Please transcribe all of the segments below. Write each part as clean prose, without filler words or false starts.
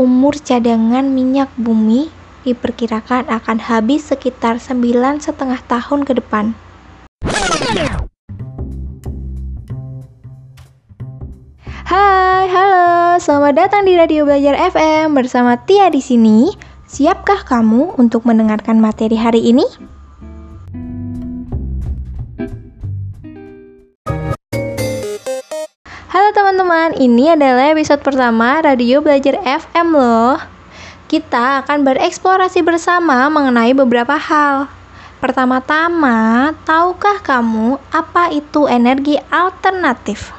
umur cadangan minyak bumi diperkirakan akan habis sekitar 9,5 tahun ke depan. Hai, halo, selamat datang di Radio Belajar FM bersama Tia di sini. Siapkah kamu untuk mendengarkan materi hari ini? Halo teman-teman, ini adalah episode pertama Radio Belajar FM loh. Kita akan bereksplorasi bersama mengenai beberapa hal. Pertama-tama, tahukah kamu apa itu energi alternatif?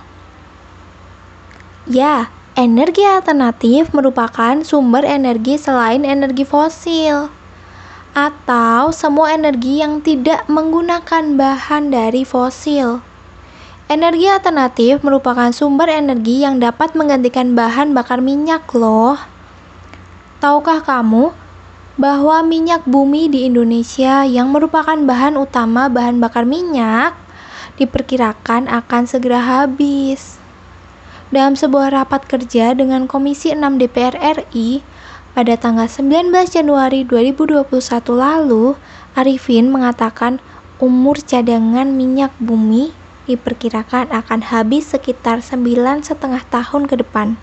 Ya, energi alternatif merupakan sumber energi selain energi fosil atau semua energi yang tidak menggunakan bahan dari fosil. Energi alternatif merupakan sumber energi yang dapat menggantikan bahan bakar minyak loh. Tahukah kamu bahwa minyak bumi di Indonesia yang merupakan bahan utama bahan bakar minyak diperkirakan akan segera habis? Dalam sebuah rapat kerja dengan Komisi 6 DPR RI pada tanggal 19 Januari 2021 lalu, Arifin mengatakan umur cadangan minyak bumi diperkirakan akan habis sekitar 9,5 tahun ke depan.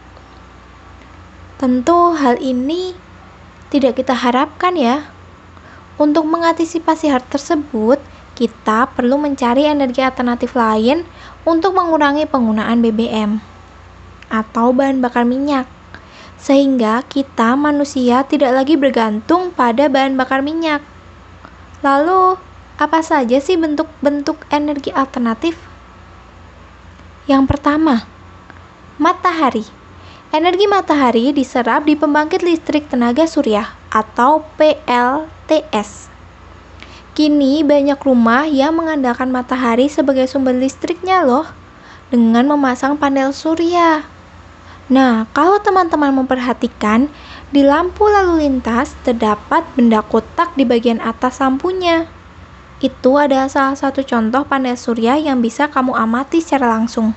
Tentu hal ini tidak kita harapkan ya. Untuk mengantisipasi hal tersebut, kita perlu mencari energi alternatif lain untuk mengurangi penggunaan BBM atau bahan bakar minyak, sehingga kita manusia tidak lagi bergantung pada bahan bakar minyak. Lalu, apa saja sih bentuk-bentuk energi alternatif? Yang pertama, matahari. Energi matahari diserap di pembangkit listrik tenaga surya atau PLTS. Kini banyak rumah yang mengandalkan matahari sebagai sumber listriknya loh, dengan memasang panel surya. Nah, kalau teman-teman memperhatikan, di lampu lalu lintas terdapat benda kotak di bagian atas lampunya. Itu adalah salah satu contoh panel surya yang bisa kamu amati secara langsung.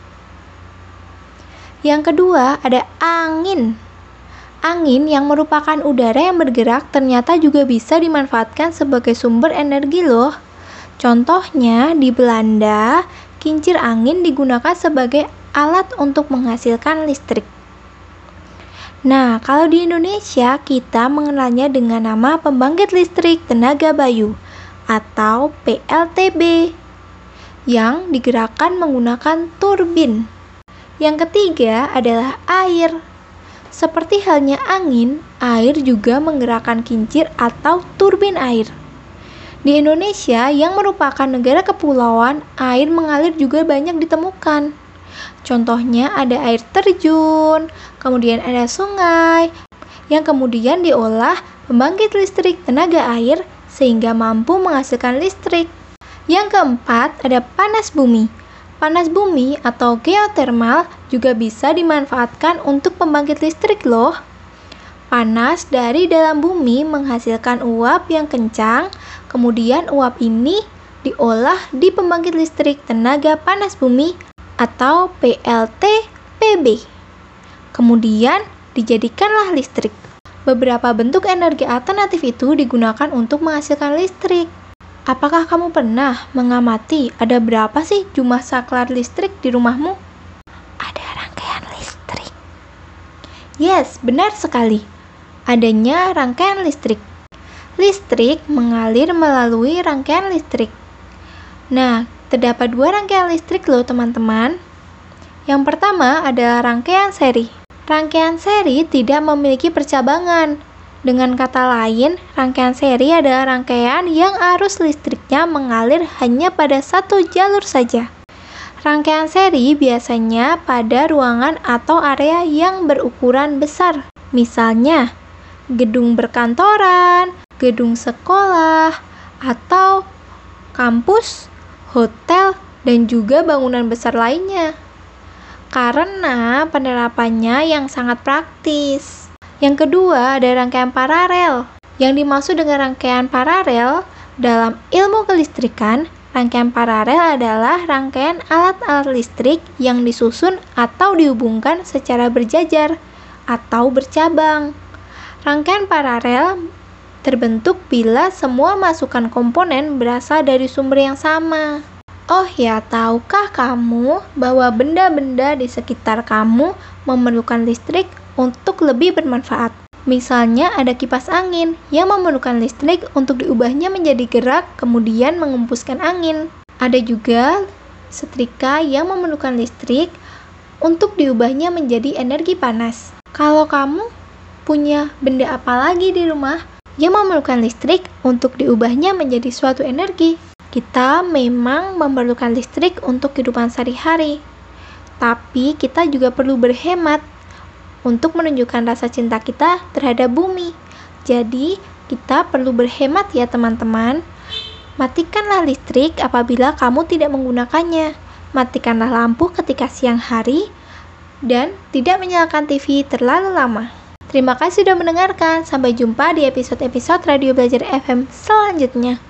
Yang kedua, ada angin. Angin yang merupakan udara yang bergerak ternyata juga bisa dimanfaatkan sebagai sumber energi loh. Contohnya di Belanda, kincir angin digunakan sebagai alat untuk menghasilkan listrik. Nah, kalau di Indonesia kita mengenalnya dengan nama pembangkit listrik tenaga bayu atau PLTB yang digerakkan menggunakan turbin. Yang ketiga adalah air. Seperti halnya angin, air juga menggerakkan kincir atau turbin air. Di Indonesia yang merupakan negara kepulauan, air mengalir juga banyak ditemukan. Contohnya ada air terjun, kemudian ada sungai, yang kemudian diolah pembangkit listrik tenaga air sehingga mampu menghasilkan listrik. Yang keempat, ada panas bumi. Panas bumi atau geotermal juga bisa dimanfaatkan untuk pembangkit listrik loh. Panas dari dalam bumi menghasilkan uap yang kencang, kemudian uap ini diolah di pembangkit listrik tenaga panas bumi atau PLTPB. Kemudian dijadikanlah listrik. Beberapa bentuk energi alternatif itu digunakan untuk menghasilkan listrik. Apakah kamu pernah mengamati ada berapa sih jumlah saklar listrik di rumahmu? Ada rangkaian listrik. Yes, benar sekali. Adanya rangkaian listrik. Listrik mengalir melalui rangkaian listrik. Nah, terdapat 2 rangkaian listrik loh teman-teman. Yang pertama adalah rangkaian seri. Rangkaian seri tidak memiliki percabangan. Dengan kata lain, rangkaian seri adalah rangkaian yang arus listriknya mengalir hanya pada satu jalur saja. Rangkaian seri biasanya pada ruangan atau area yang berukuran besar. Misalnya, gedung perkantoran, gedung sekolah, atau kampus, hotel, dan juga bangunan besar lainnya. Karena penerapannya yang sangat praktis. Yang kedua, ada rangkaian paralel. Yang dimaksud dengan rangkaian paralel dalam ilmu kelistrikan, rangkaian paralel adalah rangkaian alat-alat listrik yang disusun atau dihubungkan secara berjajar atau bercabang. Rangkaian paralel terbentuk bila semua masukan komponen berasal dari sumber yang sama. Oh ya, tahukah kamu bahwa benda-benda di sekitar kamu memerlukan listrik untuk lebih bermanfaat? Misalnya ada kipas angin yang memerlukan listrik untuk diubahnya menjadi gerak kemudian mengembuskan angin. Ada juga setrika yang memerlukan listrik untuk diubahnya menjadi energi panas. Kalau kamu punya benda apa lagi di rumah yang memerlukan listrik untuk diubahnya menjadi suatu energi? Kita memang memerlukan listrik untuk kehidupan sehari-hari, tapi kita juga perlu berhemat untuk menunjukkan rasa cinta kita terhadap bumi. Jadi, kita perlu berhemat ya teman-teman. Matikanlah listrik apabila kamu tidak menggunakannya. Matikanlah lampu ketika siang hari, dan tidak menyalakan TV terlalu lama. Terima kasih sudah mendengarkan. Sampai jumpa di episode-episode Radio Belajar FM selanjutnya.